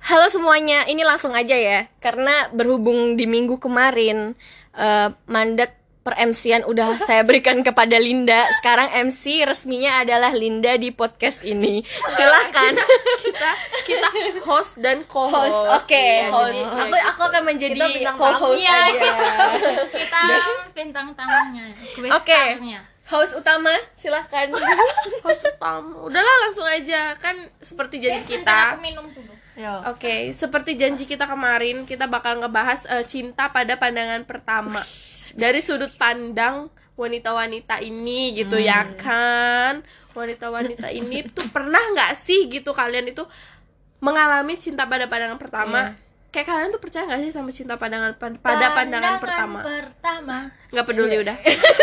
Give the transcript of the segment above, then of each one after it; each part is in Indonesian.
Halo semuanya, ini langsung aja ya. Karena berhubung di minggu kemarin mandat per-MC-an udah saya berikan kepada Linda. Sekarang MC resminya adalah Linda di podcast ini. Silakan. kita host dan co-host. Oke, ya, host. jadi, Aku akan menjadi bintang co-host tamu. aja. Kita bintang tamunya. Oke. Host utama, silahkan. host utama. Udahlah langsung aja, kan seperti janji kita. Aku minum dulu. Oke, seperti janji kita kemarin, kita bakal ngebahas cinta pada pandangan pertama. Dari sudut pandang wanita-wanita ini gitu ya kan. Wanita-wanita ini tuh pernah nggak sih gitu kalian itu mengalami cinta pada pandangan pertama? Kayak kalian tuh percaya nggak sih sama cinta pada pandangan pertama? Nggak peduli udah.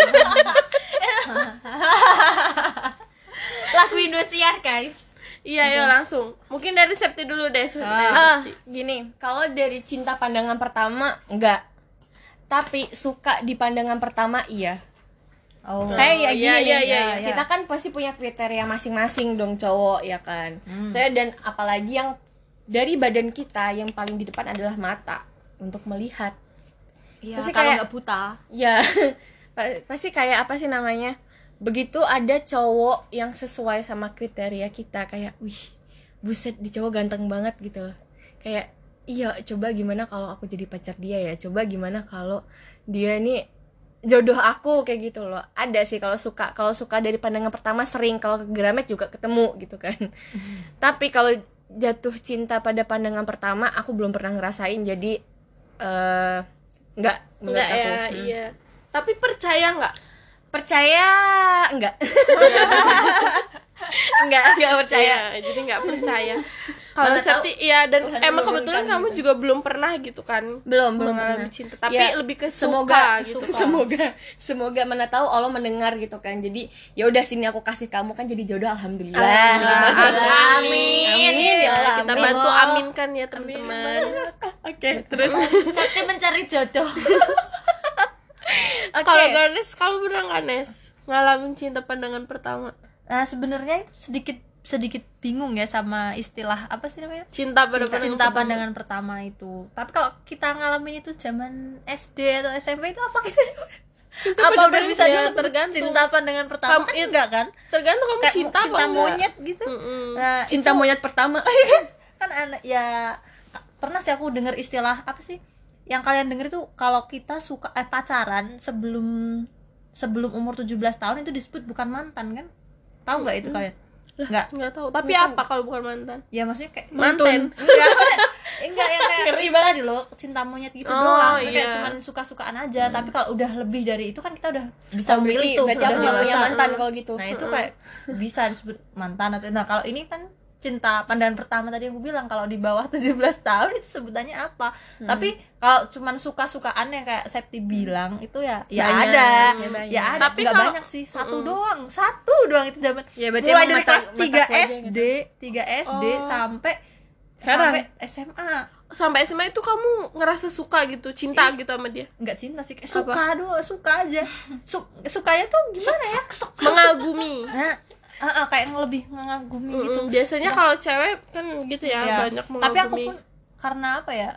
Lagu Indosiar, guys. Iya, yuk langsung. Mungkin dari Septi dulu deh. Gini, kalau dari cinta pandangan pertama enggak. Tapi suka di pandangan pertama iya. Kayak ya gini iya. Kita kan pasti punya kriteria masing-masing dong cowok ya kan. Saya dan apalagi yang dari badan kita yang paling di depan adalah mata untuk melihat. Iya, Pasti kalau kayak- nggak buta. Ya, pasti kayak apa sih namanya? Begitu ada cowok yang sesuai sama kriteria kita, kayak, wih, buset, di cowok ganteng banget gitu loh. Kayak, iya, coba gimana kalau aku jadi pacar dia ya? Coba gimana kalau dia ini jodoh aku kayak gitu loh. Ada sih kalau suka dari pandangan pertama sering, kalau ke Gramet juga ketemu gitu kan. Tapi kalau jatuh cinta pada pandangan pertama, aku belum pernah ngerasain, jadi enggak menurut aku. ya, iya. Tapi percaya nggak? Percaya enggak? enggak percaya. Iya, jadi nggak percaya. Kalau Mana Septi, iya, dan Tuhan emang kebetulan menurunkan kamu gitu. juga belum pernah gitu kan? Belum mengalami pernah. cinta, tapi Ya, lebih ke semoga suka gitu. semoga mana tahu Allah mendengar gitu kan. Jadi ya udah sini aku kasih kamu kan jadi jodoh, alhamdulillah. Amin. Ya Allah, Kita amin. bantu aminkan ya teman-teman. Oke, terus Septi mencari jodoh. oke. Kalau Ganes, kamu pernah nggak Nes ngalamin cinta pandangan pertama? Nah, sebenarnya sedikit bingung ya sama istilah apa sih namanya? Cinta pada Cinta pandangan pertama itu. Tapi kalau kita ngalamin itu zaman SD atau SMP itu apa gitu? Apa pada udah bisa ya, disebut tergantung. cinta pandangan pertama? Kan enggak kan? Tergantung kamu Kayak cinta apa cinta enggak. monyet gitu. Nah, cinta itu monyet pertama. kan ya pernah sih aku dengar istilah apa sih? Yang kalian denger itu kalau kita suka pacaran sebelum umur 17 tahun itu disebut bukan mantan kan? Tahu nggak itu kalian? Nggak tahu. Tapi apa kalau bukan mantan? Ya maksudnya kayak Manten. enggak yang kayak Ngeri banget. tadi loh, cinta monyet gitu Oh, doang. Sebenarnya iya. kayak cuman suka-sukaan aja. Tapi kalau udah lebih dari itu kan kita udah bisa memilih tuh. Berarti udah aku nggak punya dewasa. mantan kalau gitu. Nah itu kayak bisa disebut mantan atau nah kalau ini kan cinta pandangan pertama tadi yang aku bilang kalau di bawah 17 tahun itu sebutannya apa. Tapi kalau cuman suka-sukaan yang kayak Septi bilang itu ya Banyak, ada. ya banyak. Ya ada. Tapi Nggak kalau- banyak sih, satu doang itu zaman. Ya, berarti Mulai emang dari kelas mata 3 kuliah SD, 3 SD Oh. sampai Sekarang? SMA. Sampai SMA itu kamu ngerasa suka gitu, cinta gitu sama dia? Nggak cinta sih, kayak suka doang, suka aja. Sukanya tuh gimana ya? Mengagumi. Nah, kayak lebih ngagumi gitu. Biasanya kalau cewek kan gitu ya, Ya, banyak mengagumi. tapi aku pun karena apa ya?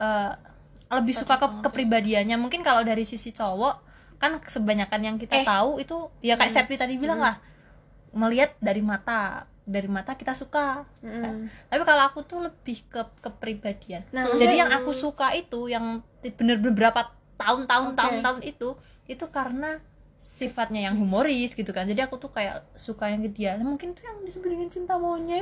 Lebih suka ke kepribadiannya. Mungkin kalau dari sisi cowok kan kebanyakan yang kita tahu itu ya kayak Septi tadi bilang lah. Melihat dari mata kita suka. Tapi kalau aku tuh lebih ke kepribadian. Nah, Jadi yang aku suka itu yang bener-bener berapa tahun itu karena sifatnya yang humoris gitu kan. Jadi aku tuh kayak suka yang ke dia. Nah, mungkin tuh yang disebut dengan cinta monyet.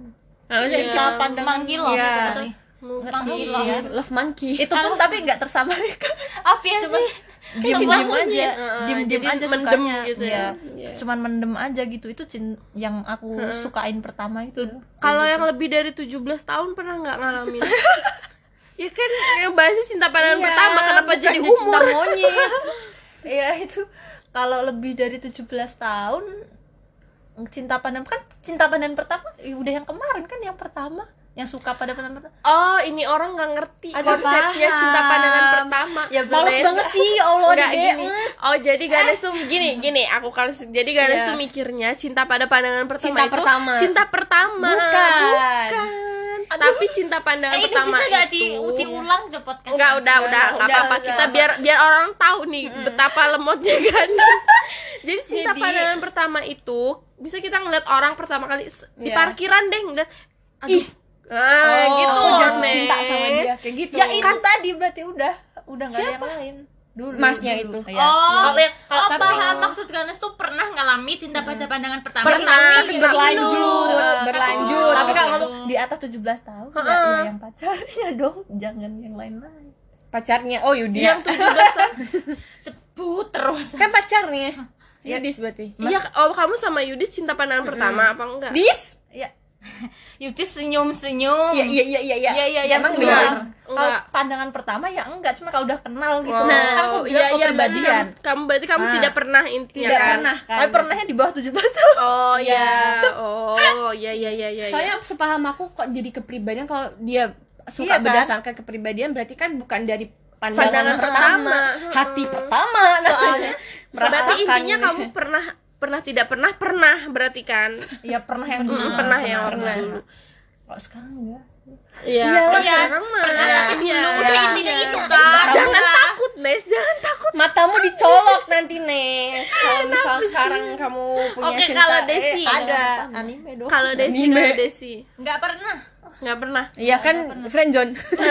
Cinta pandangan Monkey love Iya. berarti. Nggak tahu Monkey sih love. ya. Love monkey. Itu pun tapi nggak tersamarkan. Apa ya Cuman sih? diem aja, diem jadi aja mendem sukanya gitu ya. ya. Cuman mendem aja gitu. Itu yang aku sukain pertama itu. Kalau yang lebih dari 17 tahun pernah nggak ngalamin? Ya kan yang bahasnya cinta pandangan pertama, kenapa jadi umur? cinta monyet? Iya itu kalau lebih dari 17 tahun cinta pandangan pertama udah yang kemarin kan yang pertama yang suka pada pandangan pertama. Oh, ini orang nggak ngerti konsepnya paham. cinta pandangan pertama. Ya, Males Ganes- banget sih, ya Allah, Nggak, Dede. gini. Oh, jadi Ganes tuh gini, aku kalau jadi Ganes tuh mikirnya cinta pada pandangan pertama Cinta itu pertama. cinta pertama. Bukan. Bukan. Tapi cinta pandangan Ini pertama bisa gak itu diulang ke podcast? Enggak, udah nggak apa-apa. Kita biar orang tahu nih betapa lemotnya Ganes. Jadi cinta pandangan pertama itu bisa kita ngeliat orang pertama kali di Iya. parkiran deh, ngeliat aduh. Gitu Aku jatuh Nes. cinta sama dia kayak gitu. Ya itu tadi berarti udah nggak ada yang lain. Dulu Masnya dulu. itu. Iya. Oh, Kalau oh paham, maksud Ganes tuh pernah ngalami cinta pada pandangan pertama. Pernah, tapi berlanjut. tapi kalau gitu. ngomong di atas 17 tahun ya yang pacarnya dong, jangan yang lain-lain. Pacarnya, oh Yudis. Yang 17 tahun. sebut terus. Kan pacarnya. Yudis berarti. Iya, kamu sama Yudis cinta pandangan pertama apa enggak? Dis? Ya, Yudis senyum-senyum. Iya. Iya, Emang betul. benar. kalau Enggak. pandangan pertama ya enggak, cuma kalau udah kenal gitu. Oh, Kan aku bilang kepribadian. Kamu berarti kamu Ah. tidak pernah intinya Tidak kan? pernah kan. Tapi pernahnya di bawah 17 tahun. Oh Iya. ya. Oh, ya. Soalnya sepaham aku kok jadi kepribadian kalau dia suka Iya kan? berdasarkan kepribadian berarti kan bukan dari Pandangan pandangan pertama, pertama. hati pertama soalnya. Berarti Merasakan intinya kamu pernah tidak pernah berarti kan? Iya, pernah yang dulu. Pernah yang pernah. dulu. Kok sekarang enggak? Iya, Iyalah, iya, sekarang mah. Tapi Iya. dulu udah intinya itu kan. Jangan takut, Nes, jangan takut. Matamu dicolok nanti Nes. Kalau misal sekarang kamu punya Oke, cinta kalau Desi. Ada anime dong. Kalau Desi, Anime. kalau Desi Enggak pernah. nggak pernah. Iya kan friendzone.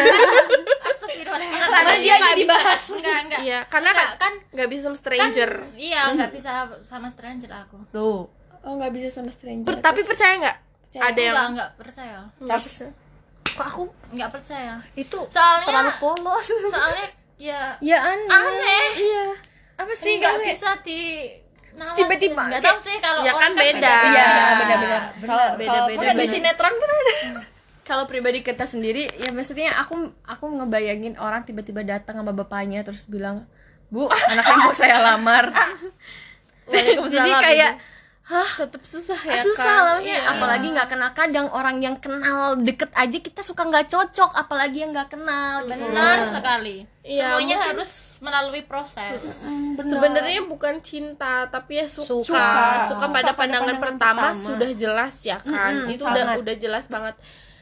Astagfirullah. Masih aja dibahas. Enggak. Iya, karena kan nggak bisa sama stranger. Iya, enggak bisa sama stranger aku. Tuh. Oh nggak bisa sama stranger. Tapi percaya nggak? Percaya. Ada yang Enggak percaya. nggak bisa. Kok aku Enggak percaya. itu Soalnya terlalu polos. soalnya ya Ya aneh. Iya. Apa sih enggak nggak bisa di Tiba-tiba, enggak tahu sih kalau Ya kan orang beda. Iya, Iya, beda-beda. Kalau Beda-beda. Mungkin di sinetron kan ada. kalau pribadi kita sendiri ya maksudnya aku ngebayangin orang tiba-tiba datang sama bapaknya terus bilang, "Bu, anaknya mau saya lamar." Jadi kayak Tetap susah ya. susah kan? lah maksudnya, Iya. apalagi nggak kenal. Kadang orang yang kenal deket aja kita suka nggak cocok, apalagi yang nggak kenal gitu. benar sekali. Iya, Semuanya mungkin- harus melalui proses. Sebenarnya bukan cinta tapi ya suka. Suka. Suka pada pandangan pertama sudah jelas ya kan. Itu sangat. udah jelas banget.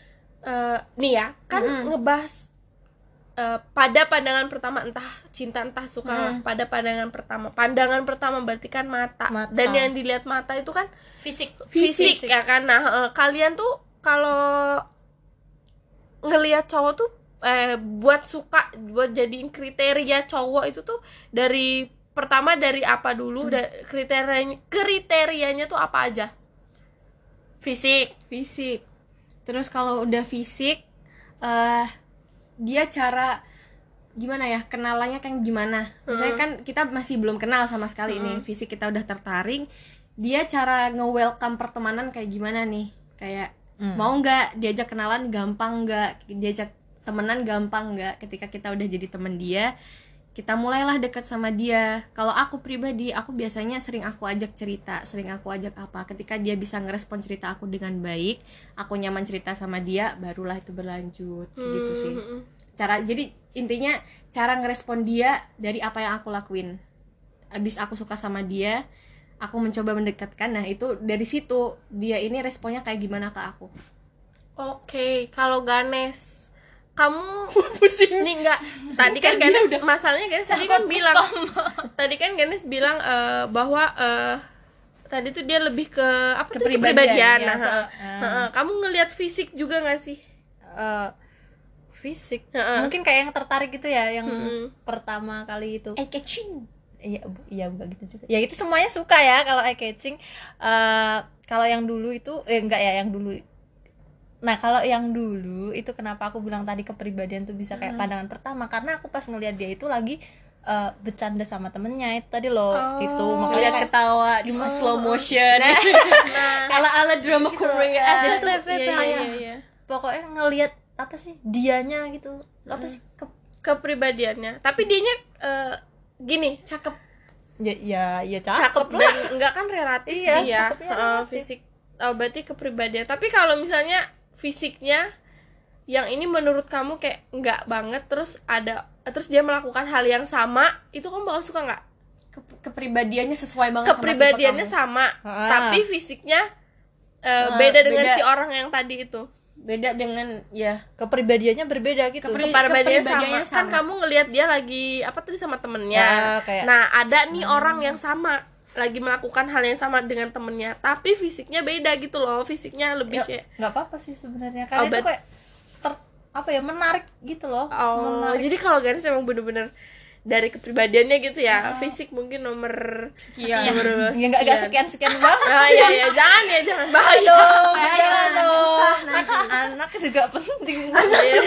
Nih ya, kan ngebahas pada pandangan pertama, entah cinta entah suka lah. Pada pandangan pertama berarti kan mata. Mata. Dan yang dilihat mata itu kan Fisik. fisik ya kan. Nah, kalian tuh kalau ngelihat cowok tuh buat suka, buat jadiin kriteria cowok itu tuh dari pertama dari apa dulu? Kriterianya tuh apa aja? Fisik. Terus kalau udah fisik dia cara gimana ya, kenalannya kan gimana. Misalnya kan kita masih belum kenal sama sekali ini, fisik kita udah tertarik, dia cara nge-welcome pertemanan kayak gimana nih, kayak mau nggak diajak kenalan, gampang nggak diajak temenan, gampang nggak. Ketika kita udah jadi temen dia, kita mulailah dekat sama dia. Kalau aku pribadi, aku biasanya sering aku ajak cerita, sering aku ajak apa. Ketika dia bisa ngerespon cerita aku dengan baik, aku nyaman cerita sama dia, barulah itu berlanjut. Gitu sih. Jadi intinya cara ngerespon dia dari apa yang aku lakuin. Abis aku suka sama dia, aku mencoba mendekatkan. Nah itu dari situ dia ini responnya kayak gimana ke aku. Oke, kalau Ganes, kamu Pusing. nih enggak. Tadi kan Ganes masalahnya Ganes tadi kan bilang. Tadi kan Ganes bilang bahwa tadi tuh dia lebih ke apa tuh? Kepribadian, Nah, ya, kamu ngelihat fisik juga nggak sih? Fisik. Heeh. Mungkin kayak yang tertarik gitu ya, yang pertama kali itu. Eye catching. Iya enggak gitu juga. Ya itu semuanya suka ya kalau eye catching. Kalau yang dulu itu enggak ya, yang dulu. Nah, kalau yang dulu itu kenapa aku bilang tadi kepribadian tuh bisa kayak pandangan pertama, karena aku pas ngelihat dia itu lagi bercanda sama temennya itu tadi loh, itu makanya Dia kayak ketawa di slow motion. Ala-ala drama Korea. dia tuh Iya. pokoknya ngelihat apa sih dianya gitu, apa sih Kepribadiannya. Tapi dianya gini, cakep ya cakep lah. dan enggak kan relatif Iya, sih ya. cakepnya relatif. Fisik. Berarti kepribadian. Tapi kalau misalnya fisiknya yang ini menurut kamu kayak enggak banget, terus dia melakukan hal yang sama, itu kamu bakal suka nggak? Kepribadiannya sesuai banget Kepribadiannya sama sama, tapi fisiknya beda dengan si orang yang tadi itu. beda dengan ya kepribadiannya berbeda gitu. kepribadiannya kepribadiannya sama. Kan sama. kamu ngelihat dia lagi apa tadi sama temennya. Ya, kayak- Nah, ada nih orang yang sama lagi melakukan hal yang sama dengan temennya, tapi fisiknya beda gitu loh. Fisiknya lebih Ya, kayak nggak apa-apa sih sebenarnya, karena itu kayak apa ya, menarik gitu loh. Menarik. jadi kalau Ganes emang bener-bener dari kepribadiannya gitu ya. Fisik mungkin nomor sekian, nomor Ya nggak sekian banget. Ah, iya, jangan bahaya. Dong, Bahaya, jangan nanti dong. susah nanti. Anak juga penting. Iya.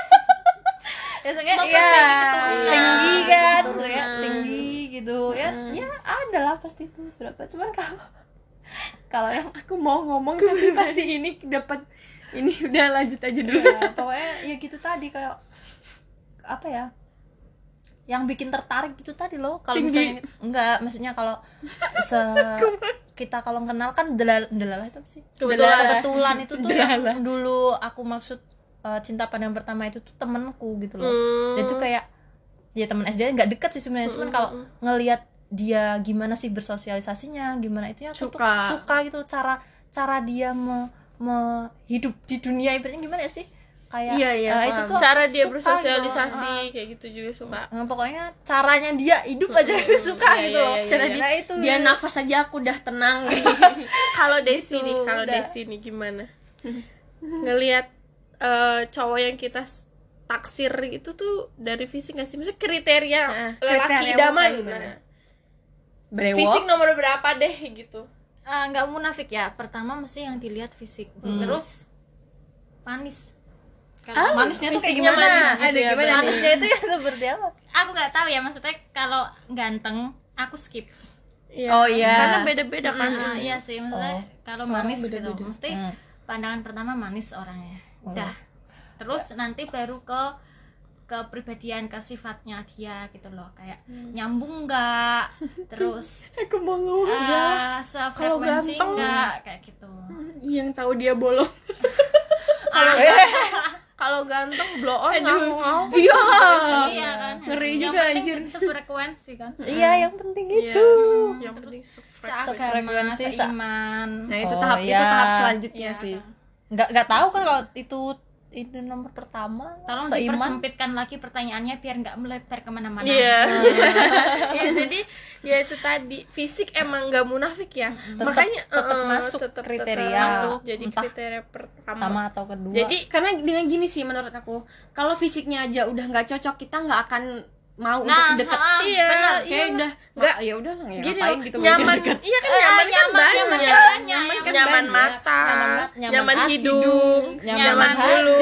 Ya soalnya Iya. tinggi kan, keturunan. ya, tinggi gitu ya. Ya ada lah pasti itu berapa. Cuman kalau yang aku mau ngomong tapi pasti ini dapat ini udah lanjut aja dulu. ya, pokoknya ya gitu tadi, kayak apa ya, yang bikin tertarik gitu tadi loh. Kalau misalnya enggak, maksudnya kalau kita kalau kenal kan delalah itu apa sih? Kebetulan itu tuh yang dulu aku maksud cinta pandang pertama itu tuh temenku gitu loh. Jadi tuh kayak ya teman SD nggak deket sih sebenarnya, cuman kalau ngelihat dia gimana sih bersosialisasinya, gimana itu ya aku tuh suka gitu, cara dia hidup di dunia ibaratnya gimana sih, kayak itu tuh cara dia suka bersosialisasi gitu. kayak gitu juga suka. Pokoknya caranya dia hidup aja aku suka gitu loh. Cara Nah, itu dia nafas aja aku udah tenang. Kalau Desi Gitu, nih, kalau udah. Desi nih gimana? Ngelihat cowok yang kita taksir itu tuh dari fisik nggak sih? Maksudnya kriteria lelaki kriteria idaman. bukan gimana? Nah, Brewok. fisik nomor berapa deh gitu? Nggak munafik ya, pertama mesti yang dilihat fisik, terus manis. Kalau manisnya tuh kayak fisiknya gimana? manis gitu Ada ya, gimana nih? Manisnya itu ya seperti apa? aku nggak tahu ya, maksudnya kalau ganteng aku skip. Oh iya. Karena beda-beda kan. Iya sih, maksudnya kalau manis gitu, mesti Hmm. pandangan pertama manis orangnya. Udah. Terus nanti baru ke kepribadian, ke sifatnya dia gitu loh, kayak nyambung nggak, terus Aku mau ngomong sefrekuensi ganteng. nggak, kayak gitu. yang tahu dia bolong. Kalau ganteng blow on ngomong. Iya. Iya kan, Ngeri yang juga, penting anjir. sefrekuensi kan. Iya, yang penting Iya. itu. Yang penting Seagama, Sefrekuensi, seiman. Nah, itu Oh, tahap iya. selanjutnya Iya, sih. kan. Nggak tahu kan kalau itu nomor pertama. Tolong seiman. dipersempitkan lagi pertanyaannya biar nggak melebar kemana-mana. Iya. Iya, jadi ya itu tadi fisik emang nggak munafik ya. Makanya tetep masuk kriteria. masuk jadi Entah kriteria pertama. Pertama atau kedua. Jadi Karena dengan gini sih menurut aku, kalau fisiknya aja udah nggak cocok, kita nggak akan mau Nah, untuk deket. iya, benar. Kayak udah Nggak. ya udah ya gini ngapain loh, gitu nyaman. deket. Iya kan nyaman kan banyak. nyaman kan Nyaman banyak. mata, Nyaman hati, hidung, nyaman nyaman mulut.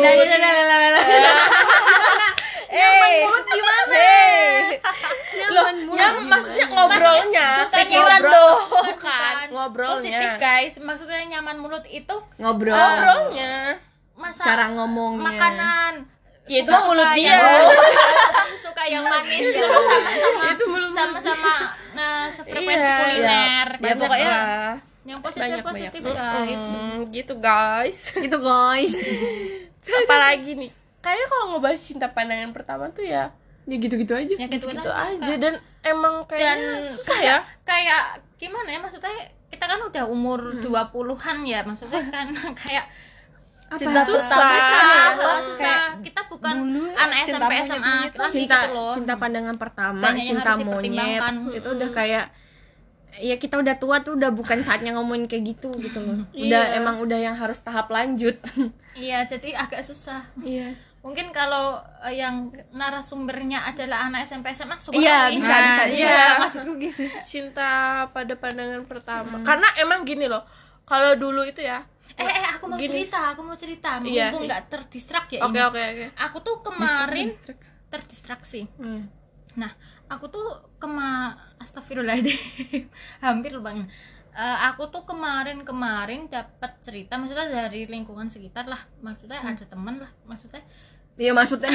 Nyaman mulut gimana? Nyaman mulut gimana? Maksudnya ngobrolnya, pikiran ngobrol, dong. bukan ngobrolnya. Positif guys, maksudnya nyaman mulut itu Ngobrol. Ngobrolnya. masa Cara ngomongnya. makanan. Ya, itu Suka-suka mulut dia. yang- suka yang manis gitu sama-sama Itu mulut. sama-sama sefrekuensi Iya. kuliner. Ya, pokoknya Lah. Yang positif guys. Gitu guys. Gitu guys. Apalagi nih, kayaknya kalau ngebahas cinta pandangan pertama tuh ya Ya gitu-gitu aja. Ya gitu aja, dan emang kayaknya susah ya. Kayak gimana ya, maksudnya kita kan udah umur 20-an ya, maksudnya kan kayak Cinta susah. pertama. susah. Kita bukan dulu anak cinta SMP monyet SMA itu lagi cinta gitu loh. cinta pandangan pertama, Banyak yang cinta harus monyet dipertimbangkan. itu udah kayak ya kita udah tua tuh, udah bukan saatnya ngomongin kayak gitu loh. Udah Iya. emang udah yang harus tahap lanjut. Iya, jadi agak susah. Iya. Mungkin kalau yang narasumbernya adalah anak SMP SMA Iya, bisa. Iya. Maksudku gitu. Cinta pada pandangan pertama. Karena emang gini loh, kalau dulu itu ya. aku mau Gini. cerita, Iya. mumpung nggak terdistract ya Oke ini. oke oke. Aku tuh kemarin terdistraksi. Hmm. Nah, aku tuh astagfirullahaladzim, hampir lupa. Aku tuh kemarin dapat cerita, maksudnya dari lingkungan sekitar lah, maksudnya ada teman lah, maksudnya Iya, maksudnya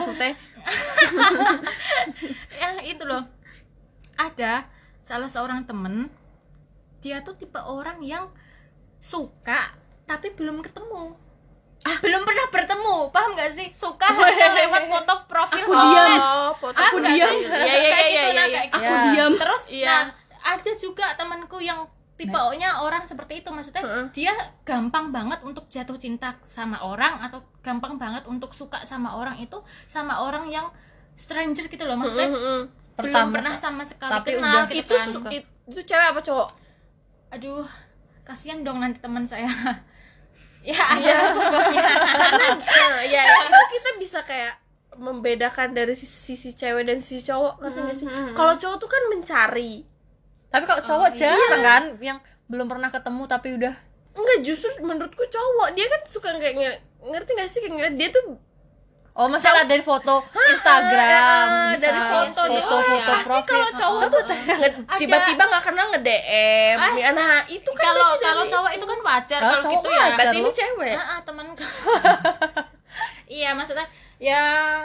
ya itu loh, ada salah seorang temen, dia tuh tipe orang yang suka tapi belum ketemu, belum pernah bertemu, paham gak sih? Suka hanya lewat foto profil Aku sosmed. diam. Foto Aku diam. Iya iya Kayak iya gitu, iya. nah, iya. kayak gitu. aku Ya. diam. Terus Iya. nah, ada juga temanku yang tipenya orang seperti itu, maksudnya dia gampang banget untuk jatuh cinta sama orang atau gampang banget untuk suka sama orang itu sama orang yang stranger gitu loh, maksudnya belum Pertama, pernah sama sekali tapi kenal udah gitu Itu kan. suka. itu cewek apa cowok? Aduh, kasihan dong nanti teman saya. Ya ada pokoknya. Nah, ya itu kita bisa kayak membedakan dari sisi cewek dan sisi cowok, ngerti nggak sih? Kalau cowok tuh kan mencari. Tapi kalau cowok jarang kan yang belum pernah ketemu tapi udah Enggak, justru menurutku cowok dia kan suka kayak ngerti nggak sih, kayak ngeliat dia tuh masalah dari foto Instagram, dari foto foto pasti profil. kalau cowok tuh tiba-tiba nggak kenal nge-DM. Nah, itu kan Kalau berarti kalau dari- cowok itu kan wajar, Kalau kalau cowok gitu ya. wajar. berarti ini loh. cewek. Temanku. Iya, maksudnya ya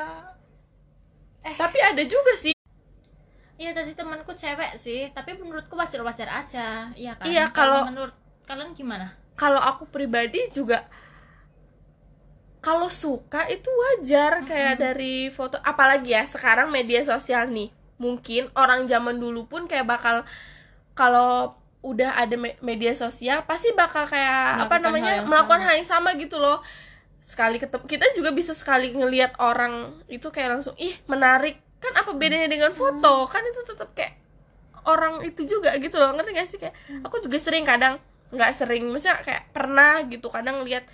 Tapi ada juga sih. iya tadi temanku cewek sih, tapi menurutku wajar-wajar aja. Iya kan? Iya, kalau- menurut kalian gimana? Kalau aku pribadi juga kalau suka itu wajar, kayak dari foto, apalagi ya sekarang media sosial nih, mungkin orang zaman dulu pun kayak bakal, kalau udah ada media sosial pasti bakal kayak melakukan hal yang sama gitu loh. Sekali ketemu, kita juga bisa sekali ngelihat orang itu kayak langsung ih menarik, kan apa bedanya dengan foto? Kan itu tetap kayak orang itu juga gitu loh, ngerti gak sih? Kayak aku juga sering, kadang nggak sering, maksudnya kayak pernah gitu kadang lihat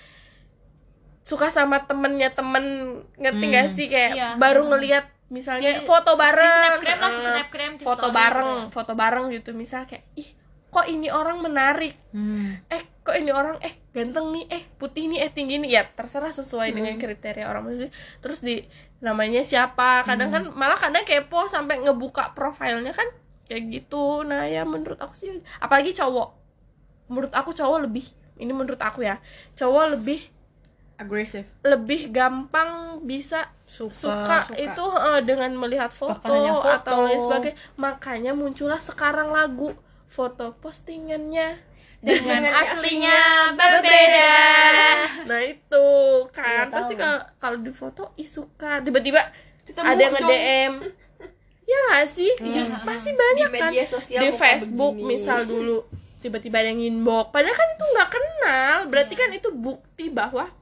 suka sama temennya temen, ngerti gak sih? Kayak Iya. baru ngelihat misalnya Di- foto bareng, di snapgram lah, di snapgram, di foto story bareng gitu, misal kayak ih kok ini orang menarik, kok ini orang ganteng nih, putih nih, tinggi nih, ya terserah sesuai dengan kriteria orang, maksudnya terus di namanya siapa, kadang kan malah kadang kepo sampai ngebuka profilnya kan kayak gitu. Nah ya menurut aku sih, apalagi cowok, menurut aku cowok lebih, ini menurut aku ya, cowok Agresif. lebih gampang bisa suka. Itu dengan melihat foto, Bahkan hanya foto. atau lain sebagainya. Makanya muncullah sekarang lagu foto postingannya Dengan aslinya berbeda. Nah itu kan Iya, pasti tahu. kalau di foto suka, tiba-tiba Ketemu ada yang dong. nge-DM. Ya nggak sih? Iya. Pasti banyak Di kan media sosial di muka Facebook begini. misal dulu tiba-tiba ada yang inbox, padahal kan itu nggak kenal, berarti kan itu bukti bahwa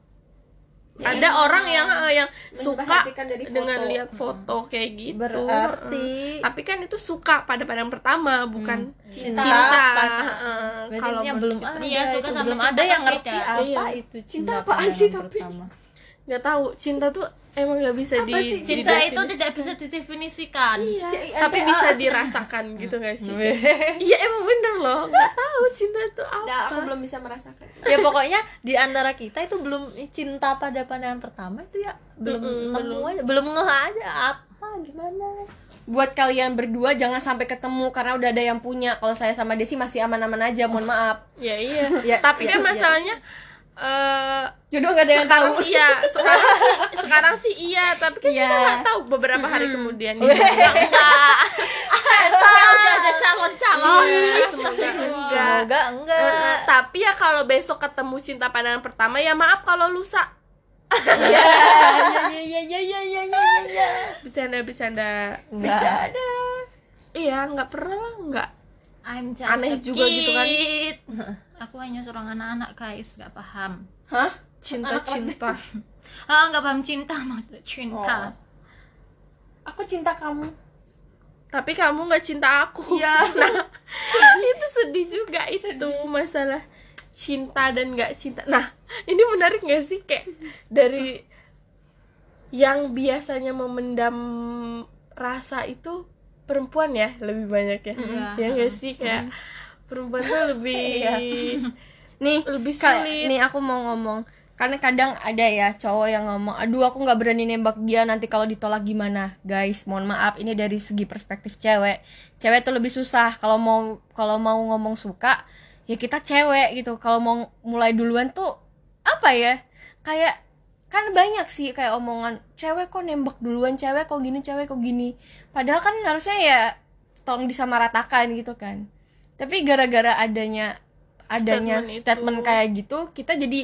ada orang yang suka Memperhatikan dari foto. dengan lihat foto kayak gitu. Berarti Tapi kan itu suka pada pandangan pertama, bukan cinta. cinta. Berarti Kalau yang menurut belum kita. ada Iya, suka itu sama belum cinta ada yang kan ngerti beda. apa Iya. itu Cinta apaan sih, pandangan tapi? pertama. Nggak tahu, cinta tuh emang nggak bisa Apa sih Cinta itu didefinisikan. tidak bisa didefinisikan. Iya, CINTA. tapi bisa dirasakan gitu nggak sih? Iya emang bener loh, nggak tahu cinta itu Nah, apa. aku belum bisa merasakan. Ya pokoknya di antara kita itu belum cinta pada pandangan pertama itu ya belum nemu aja, belum ngeh aja apa gimana. Buat kalian berdua jangan sampai ketemu karena udah ada yang punya. Kalau saya sama Desi masih aman-aman aja, mohon maaf. Ya iya. Ya, Tapi iya, kan iya. masalahnya Jodoh gak ada yang sekarang tahu. iya, sekarang sih iya, tapi kan kita Iya. nggak tahu beberapa hari kemudian. Iya, enggak. Saya udah ada calon-calon. Semoga enggak. Semoga enggak. Tapi ya kalau besok ketemu cinta pandangan pertama, ya maaf kalau lusa. Iya, iya. Bercanda. Enggak. Iya, nggak pernah lah, nggak. I'm just Aneh a juga gitu kan. kid. Aku hanya seorang anak-anak guys, nggak paham. Hah? Cinta-cinta. Nggak paham cinta, maksudnya cinta. Aku cinta kamu. Tapi kamu nggak cinta aku. Iya. Nah, itu sedih juga itu masalah cinta dan nggak cinta. Nah, ini menarik nggak sih, kayak dari yang biasanya memendam rasa itu perempuan ya lebih banyak ya. Iya. Ya nggak sih, kayak perempuan tuh lebih Nih, lebih Kak, sulit. nih aku mau ngomong. Karena kadang ada ya cowok yang ngomong, aduh aku nggak berani nembak dia, nanti kalau ditolak gimana. Guys, mohon maaf, ini dari segi perspektif cewek. Cewek tuh lebih susah kalau mau ngomong suka, ya kita cewek gitu. Kalau mau mulai duluan tuh apa ya? Kayak kan banyak sih kayak omongan, cewek kok nembak duluan, cewek kok gini. Padahal kan harusnya ya tolong disamaratakan gitu kan. Tapi gara-gara adanya Statement itu. statement kayak gitu, kita jadi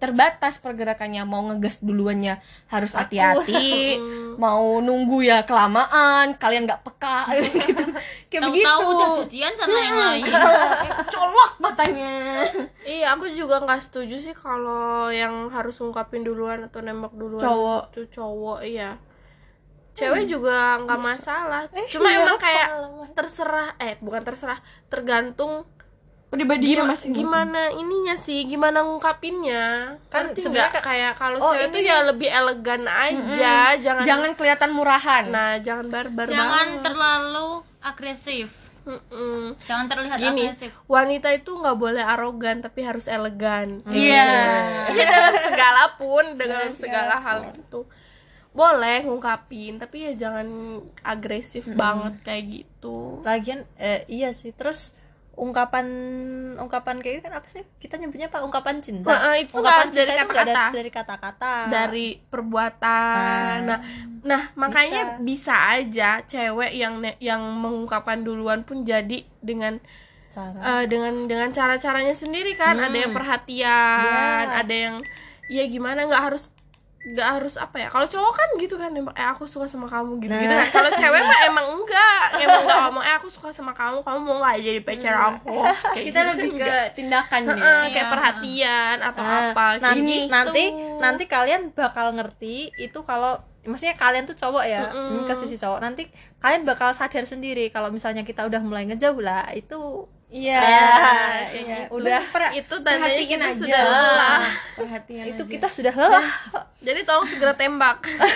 terbatas pergerakannya, mau ngegas duluannya harus hati-hati, mau nunggu ya kelamaan, kalian nggak peka gitu, kayak begitu. Tahu-tahu udah jadian sama yang lain. Kesel, kayak colok matanya. Iya, aku juga nggak setuju sih kalau yang harus ngungkapin duluan atau nembak duluan Cowok. itu cowok. Iya, cewek juga nggak masalah, cuma emang kayak terserah, bukan terserah, tergantung Pribadinya masing-masing. gimana ininya sih, gimana ngungkapinnya. Kan Ngerti sebenarnya nggak? Kayak kalau oh, cewek ini tuh ya lebih elegan aja, Jangan kelihatan murahan. nah jangan barbar Jangan banget. terlalu agresif. Mm-mm. Jangan terlihat Gini, agresif. wanita itu nggak boleh arogan tapi harus elegan. Iya. Ya, dalam segala pun, dengan segala hal itu boleh ngungkapin, tapi ya jangan agresif banget kayak gitu. lagian iya sih. Terus ungkapan kayak gitu kan apa sih kita nyebutnya, apa, ungkapan cinta. Nah, itu nggak ungkapan harus dari cinta itu nggak kata-kata. dari kata-kata, Dari perbuatan. Nah makanya bisa aja cewek yang mengungkapkan duluan pun jadi dengan cara. dengan cara-caranya sendiri kan. Ada yang perhatian, Yeah. ada yang ya gimana, nggak harus apa ya. Kalau cowok kan gitu kan, aku suka sama kamu gitu kan. Kalau cewek mah emang nggak ngomong aku suka sama kamu mau nggak jadi pacar aku. Kayak Kita gitu lebih kan ke nggak. tindakannya. Kayak perhatian atau apa Nah, kayak gitu. nanti kalian bakal ngerti itu kalau maksudnya kalian tuh cowok ya, ini ke sisi cowok, nanti kalian bakal sadar sendiri kalau misalnya kita udah mulai ngejauh lah, itu Iya, iya. udah itu tandanya perhatiin kita aja. sudah lelah. Perhatian itu aja. kita sudah lelah. Jadi tolong segera tembak.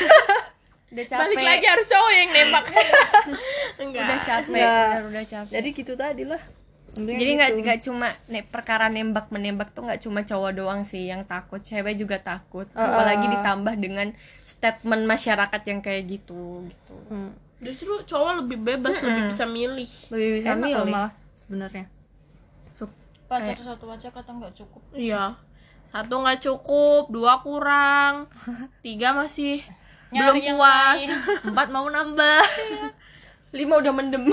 udah capek. Balik lagi harus cowok yang nembak. Enggak. Udah capek, Enggak. udah capek. Jadi gitu tadi lah. Intinya Jadi gitu. nggak cuma perkara menembak tuh nggak cuma cowok doang sih yang takut, cewek juga takut. Apalagi ditambah dengan statement masyarakat yang kayak gitu. Justru cowok lebih bebas, lebih bisa milih. Lebih bisa Enak loh milih. malah sebenarnya. Pacar satu aja kata nggak cukup. Iya. 1 nggak cukup, 2 kurang, 3 masih belum Nyari yang puas. lain. 4 mau nambah. 5 udah mendem.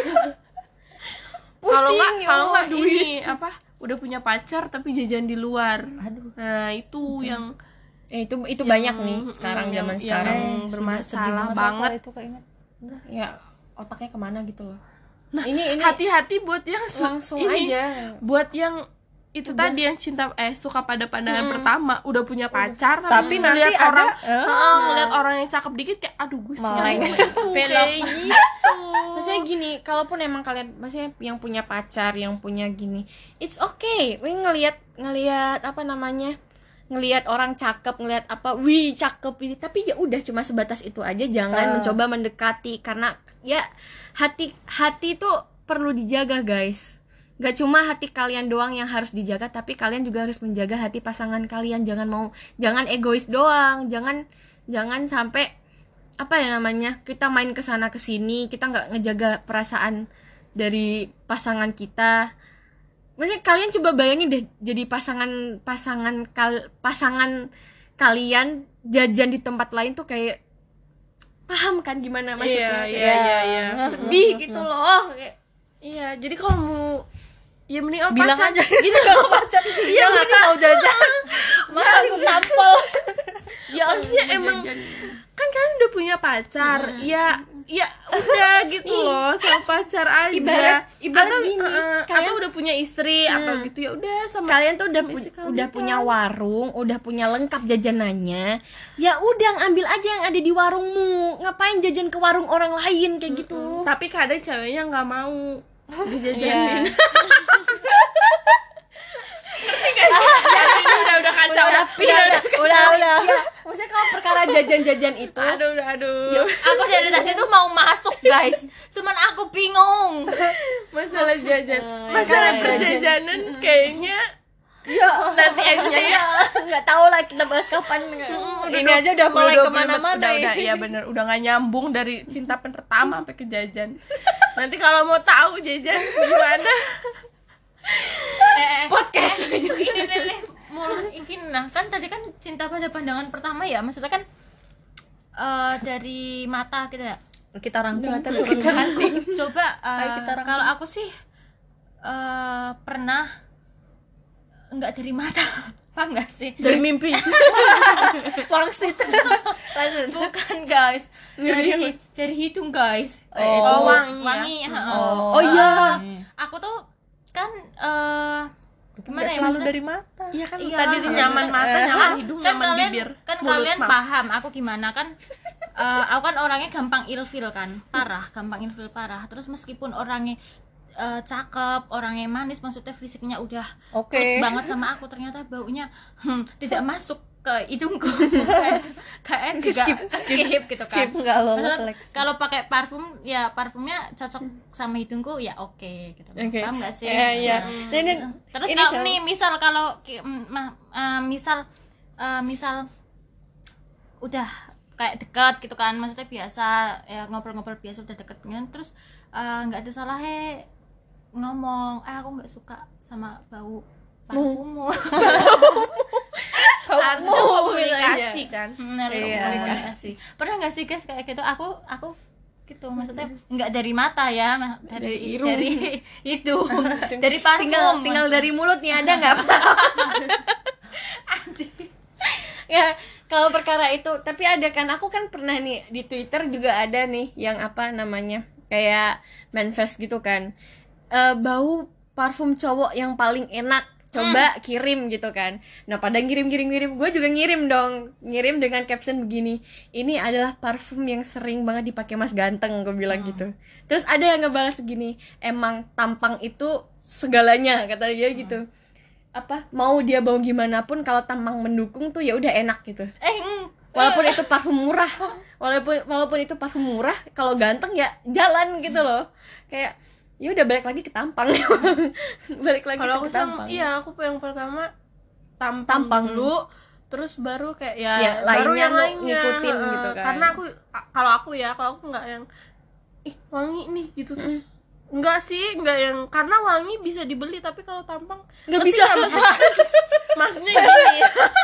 Kalau Pusing, nggak duit. ini apa? Udah punya pacar tapi jajan di luar. Aduh. Nah, itu yang Itu banyak nih sekarang zaman sekarang. yang bermasalah banget. Itu keinget. Ya otaknya kemana gitu loh. Nah, ini Hati-hati buat yang langsung ini, aja. buat yang itu tadi yang cinta suka pada pandangan pertama, udah punya pacar Tapi nanti ngeliat ada, orang ngeliat orang yang cakep dikit kayak aduh gue suka Meleng. gitu, Belok. kayak gitu. Maksudnya gini, kalaupun emang kalian maksudnya yang punya pacar, yang punya gini, it's okay. Wih ngelihat apa namanya? Ngelihat orang cakep, ngelihat apa, wih cakep ini, tapi ya udah cuma sebatas itu aja, jangan mencoba mendekati karena ya hati tuh perlu dijaga, guys. Gak cuma hati kalian doang yang harus dijaga, tapi kalian juga harus menjaga hati pasangan kalian. Jangan egois doang, jangan sampai apa ya namanya, kita main kesana kesini, kita nggak ngejaga perasaan dari pasangan kita. Maksudnya kalian coba bayangin deh, jadi pasangan kalian jajan di tempat lain tuh kayak, paham kan gimana maksudnya? Iya. Sedih gitu loh. Kayak, Iya, jadi kalau mau ya mending Bilang pacar aja. gitu kalau pacar. Iya, Yang lagi mau jajan. Masa langsung tampol. ya maksudnya emang kan kalian udah punya pacar, ya udah gitu loh, sama pacar aja. Ibarat atau, gini, atau kalian udah punya istri atau gitu, ya udah sama kalian tuh udah sama istri kalian udah kan. punya warung, udah punya lengkap jajanannya. Ya udah ambil aja yang ada di warungmu. Ngapain jajan ke warung orang lain kayak gitu? Tapi kadang ceweknya nggak mau dijajanin. Udah kacau. Udah. Ya, maksudnya kalau perkara jajan-jajan itu, Aduh. Aku dari tadi tuh mau masuk guys, cuman aku bingung. Masalah jajan, masalah perjajanan kayaknya nanti aja ya. nggak tahu lah kita bahas kapan. Ini aja udah mulai kemana-mana udah iya bener, udah nggak nyambung dari cinta pertama sampai ke jajan. Nanti kalau mau tahu jajan gimana, Podcast aja. Ini mungkin nah kan tadi kan cinta pada pandangan pertama ya, maksudnya kan dari mata gitu ya. Kita rangkum. Coba Ayo kita rangkum. kalau aku sih pernah nggak dari mata. Paham gak sih? Dari mimpi. Wangsit. Lanjut. Bukan guys, dari hidung guys. Oh, wangi ya? Wangi. Oh iya. Aku tuh kan gimana Nggak ya? selalu maksudnya- dari mata. Iya kan Iya. tadi tuh nyaman mata, nyaman hidung, kan nyaman kalian bibir. kan mulut, kalian maaf. paham aku gimana kan. Aku kan orangnya gampang ilfil kan, gampang ilfil parah. Terus meskipun orangnya cakep, orangnya manis, maksudnya fisiknya udah Oke. klik banget sama aku, ternyata baunya tidak masuk ke hidungku. Kayak juga skip gitu kan. Nggak lolos Maksudnya, seleksi. kalau pakai parfum ya parfumnya cocok sama hidungku ya oke gitu. Oke. Paham gak sih? Iya. Nah. Dan Terus ini kalau tau. nih misal kalau misal udah kayak dekat gitu kan, maksudnya biasa ya ngobrol-ngobrol biasa udah deket kan, terus nggak ada salahnya ngomong aku nggak suka sama bau parfummu. Artinya komunikasi kan. Harus Iya. komunikasi. Pernah nggak sih guys kayak gitu? Aku gitu, maksudnya nggak dari mata ya, Dari hidung. dari hidung, dari parfum. tinggal dari mulut nih ada nggak? Ya kalau perkara itu, tapi ada kan, aku kan pernah nih di Twitter juga ada nih yang apa namanya kayak manifest gitu kan, bau parfum cowok yang paling enak, coba kirim gitu kan. Nah pada ngirim gue juga ngirim dong, ngirim dengan caption begini, ini adalah parfum yang sering banget dipakai mas ganteng, gue bilang gitu. Terus ada yang ngebalas begini, emang tampang itu segalanya, kata dia gitu. Apa mau dia bau gimana pun kalau tampang mendukung tuh ya udah enak gitu. Walaupun itu parfum murah, walaupun itu parfum murah, kalau ganteng ya jalan gitu loh. Kayak ya udah balik lagi ke tampang. Balik lagi Kalau ke aku tampang. iya aku yang pertama tampang Tampang. dulu, terus baru kayak ya, Ya, baru lainnya yang lu lainnya ngikutin gitu kan. Karena kalau aku nggak yang ih wangi nih gitu terus. Enggak sih, enggak yang karena wangi bisa dibeli, tapi kalau tampang Nggak ngerti bisa. nggak maksudnya gini.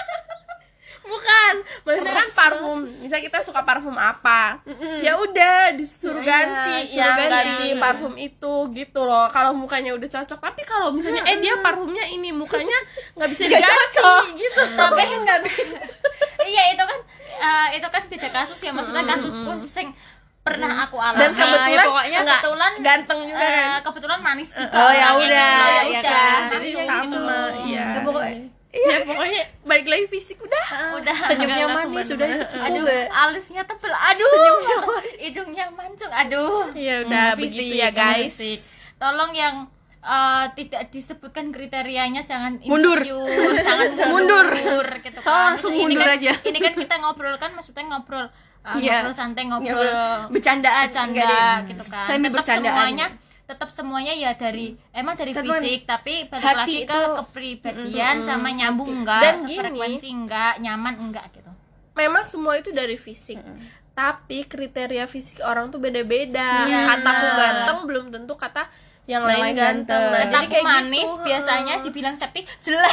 Bukan, maksudnya kan parfum. Misalnya kita suka parfum apa, ya udah disuruh Iya, ganti, suruh ya ganti. ganti parfum itu gitu loh. Kalau mukanya udah cocok, tapi kalau misalnya dia parfumnya ini, mukanya nggak bisa diganti gitu. Tapi kan nggak iya itu kan beda kasus ya, maksudnya kasusku sing pernah aku alami. Dan kebetulan ya pokoknya enggak kebetulan ganteng juga kan. kebetulan manis juga. Oh ya udah, ya ya udah. kan. Jadi Harusnya sama, gitu. iya. Ya, pokoknya Ya pokoknya balik lagi fisik udah. Udah senyumnya nggak manis kemana-mana. sudah itu cukup. aduh, Be. alisnya tebel, aduh, hidungnya mancung, aduh. Ya udah begitu ya guys. fisik. Tolong yang tidak disebutkan kriterianya jangan Mundur. insecure, jangan Mundur. gitu Tolong kan. langsung Ini mundur kan- aja. Ini kan kita ngobrol kan, maksudnya ngobrol Iya. ngobrol santai, ngobrol bercandaan, bercanda enggak deh. gitu kan. Semi bercandaan. Tetap semuanya ya dari emang dari Tetap fisik, tapi balik hati lagi ke itu- kepribadian sama nyambung enggak, Dan gini, frekuensi enggak, nyaman enggak gitu. Memang semua itu dari fisik. Tapi kriteria fisik orang tuh beda-beda. Iya. Kataku ganteng belum tentu kata yang Yang lain lain ganteng. ganteng. Nah, jadi Aku kayak manis gitu. biasanya dibilang Septi jelek.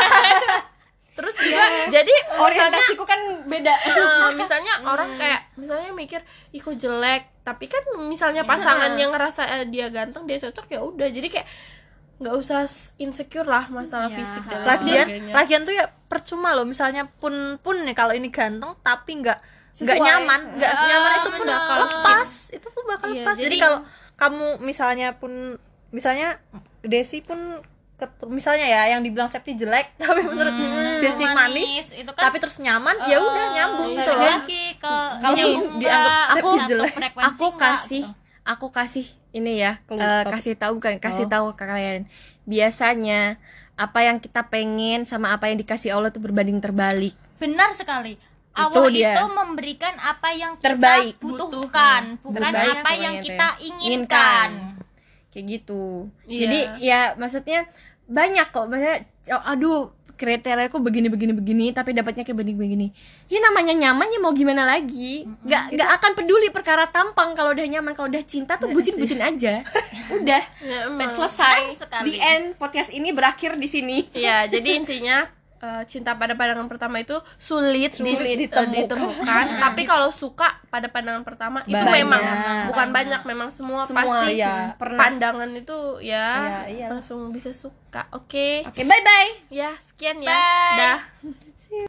Terus juga jadi Orientasiku kan beda. misalnya orang kayak misalnya mikir ih kok jelek, tapi kan misalnya pasangan yang ngerasa dia ganteng, dia cocok, ya udah. Jadi kayak nggak usah insecure lah masalah Iya. fisik dan Lagian sebagainya. lagian tuh ya percuma loh, misalnya pun nih kalau ini ganteng tapi nggak Sesuai. nyaman, nggak nyaman itu pun bakal lepas, itu pun bakal Iya, lepas. Jadi jadi- kalau kamu misalnya Desi pun misalnya ya yang dibilang Septi jelek tapi menurut Desi manis, itu kan tapi terus nyaman, ya udah nyambung gitu balik loh. lagi ke Kamu nyambung dianggap enggak, Septi satu jelek. frekuensi Aku kasih ini ya, kasih tahu Oh. tahu ke kalian. Biasanya apa yang kita pengen sama apa yang dikasih Allah tuh berbanding terbalik. benar sekali. Itu Allah dia. itu memberikan apa yang kita Terbaik. butuhkan, bukan Terbaik apa yang pokoknya kita teh. inginkan. Kayak gitu. Iya. Jadi ya maksudnya banyak kok, maksudnya aduh kriteriaku begini tapi dapatnya kayak begini. Ya namanya nyaman, ya mau gimana lagi? Nggak akan peduli perkara tampang. Kalau udah nyaman, kalau udah cinta tuh bucin-bucin aja. Udah. Ya, emang. Selesai. Benar sekali. The end. Podcast ini berakhir di sini. Iya, jadi intinya cinta pada pandangan pertama itu sulit ditemukan. Tapi kalau suka pada pandangan pertama itu Banyak. memang bukan banyak, memang semua pasti iya. pandangan itu Iya, iya. langsung bisa suka. Oke. Oke, bye bye. Ya, sekian ya. Bye. Dah.